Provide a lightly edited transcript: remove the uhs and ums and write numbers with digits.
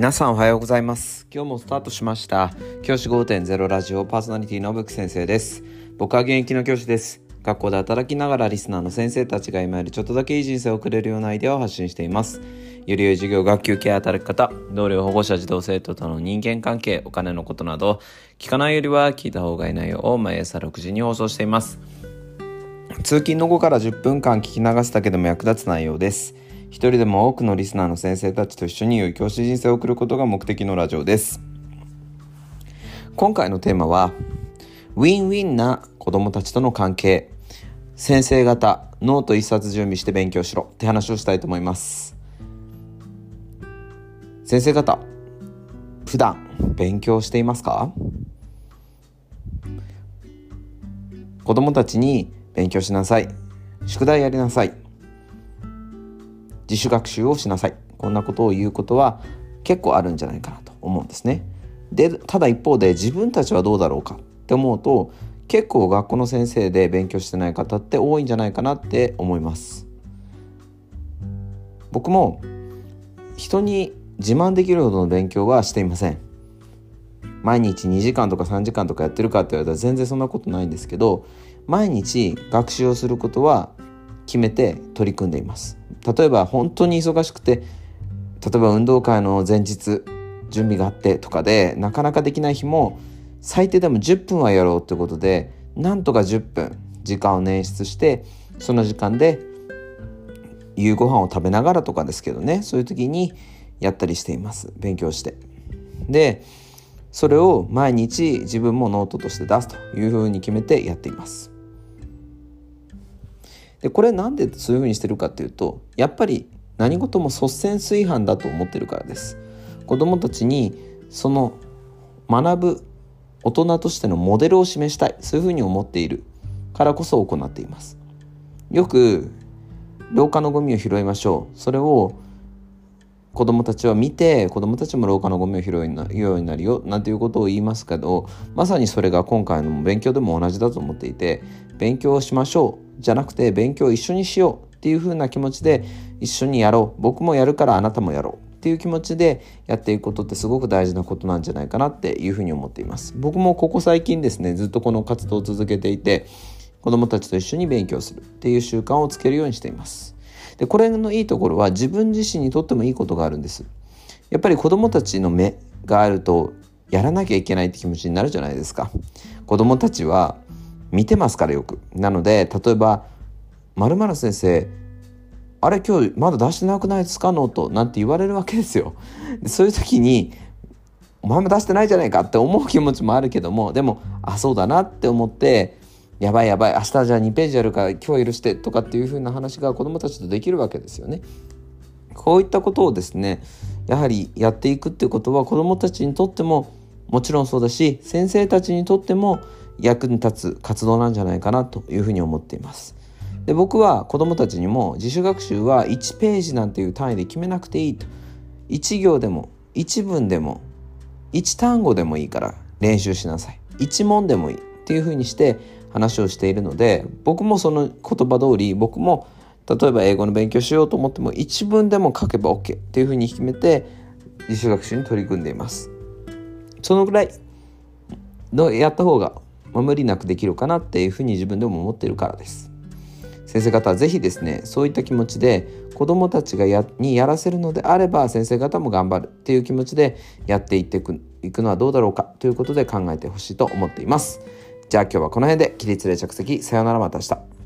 皆さんおはようございます。今日もスタートしました教師 5.0 ラジオパーソナリティのぶく先生です。僕は現役の教師です。学校で働きながらリスナーの先生たちが今よりちょっとだけいい人生を送れるようなアイデアを発信しています。より良い授業、学級ケア、働き方、同僚、保護者、児童生徒との人間関係、お金のことなど聞かないよりは聞いた方がいい内容を毎朝6時に放送しています。通勤の後から10分間聞き流すだけでも役立つ内容です。一人でも多くのリスナーの先生たちと一緒に良い教師人生を送ることが目的のラジオです。今回のテーマはウィンウィンな子どもたちとの関係、先生方ノート一冊準備して勉強しろって話をしたいと思います。先生方、普段勉強していますか？子どもたちに勉強しなさい、宿題やりなさい、自主学習をしなさい、こんなことを言うことは結構あるんじゃないかなと思うんですね。で、ただ一方で自分たちはどうだろうかって思うと、結構学校の先生で勉強してない方って多いんじゃないかなって思います。僕も人に自慢できるほどの勉強はしていません。毎日2時間とか3時間とかやってるかって言われたら全然そんなことないんですけど、毎日学習をすることは決めて取り組んでいます。例えば本当に忙しくて、例えば運動会の前日準備があってとかでなかなかできない日も、最低でも10分はやろうということで、なんとか10分時間を捻出して、その時間で夕ご飯を食べながらとかですけどね、そういう時にやったりしています。勉強して、でそれを毎日自分もノートとして出すというふうに決めてやっています。でこれなんでそういうふうにしてるかっていうと、やっぱり何事も率先垂範だと思ってるからです。子どもたちにその学ぶ大人としてのモデルを示したい、そういうふうに思っているからこそ行っています。よく廊下のゴミを拾いましょう、それを子どもたちは見て、子どもたちも廊下のゴミを拾うようになるよなんていうことを言いますけど、まさにそれが今回の勉強でも同じだと思っていて、勉強をしましょうじゃなくて、勉強を一緒にしようっていう風な気持ちで一緒にやろう、僕もやるからあなたもやろうっていう気持ちでやっていくことってすごく大事なことなんじゃないかなっていう風に思っています。僕もここ最近ですね、ずっとこの活動を続けていて、子どもたちと一緒に勉強するっていう習慣をつけるようにしています。でこれのいいところは、自分自身にとってもいいことがあるんです。やっぱり子どもたちの目があると、やらなきゃいけないって気持ちになるじゃないですか。子どもたちは見てますから、よく。なので例えば〇〇先生、あれ今日まだ出してなくないですかノートなんて言われるわけですよ。でそういう時に、お前も出してないじゃないかって思う気持ちもあるけども、でもそうだなって思って、やばい明日じゃあ2ページやるから今日許してとかっていう風な話が子どもたちとできるわけですよね。こういったことをですね、やはりやっていくっていうことは、子どもたちにとってももちろんそうだし、先生たちにとっても役に立つ活動なんじゃないかなというふうに思っています。で僕は子どもたちにも、自主学習は1ページなんていう単位で決めなくていいと、1行でも1文でも1単語でもいいから練習しなさい、1問でもいいっていうふうにして話をしているので、僕もその言葉通り、僕も例えば英語の勉強しようと思っても1文でも書けば OK っていうふうに決めて自主学習に取り組んでいます。そのぐらいのやった方が無理なくできるかなっていうふうに自分でも思っているからです。先生方はぜひですね、そういった気持ちで子どもたちがやらせるのであれば、先生方も頑張るっていう気持ちでやっていくのはどうだろうかということで考えてほしいと思っています。じゃあ今日はこの辺で。起立例着席、さようなら、また明日。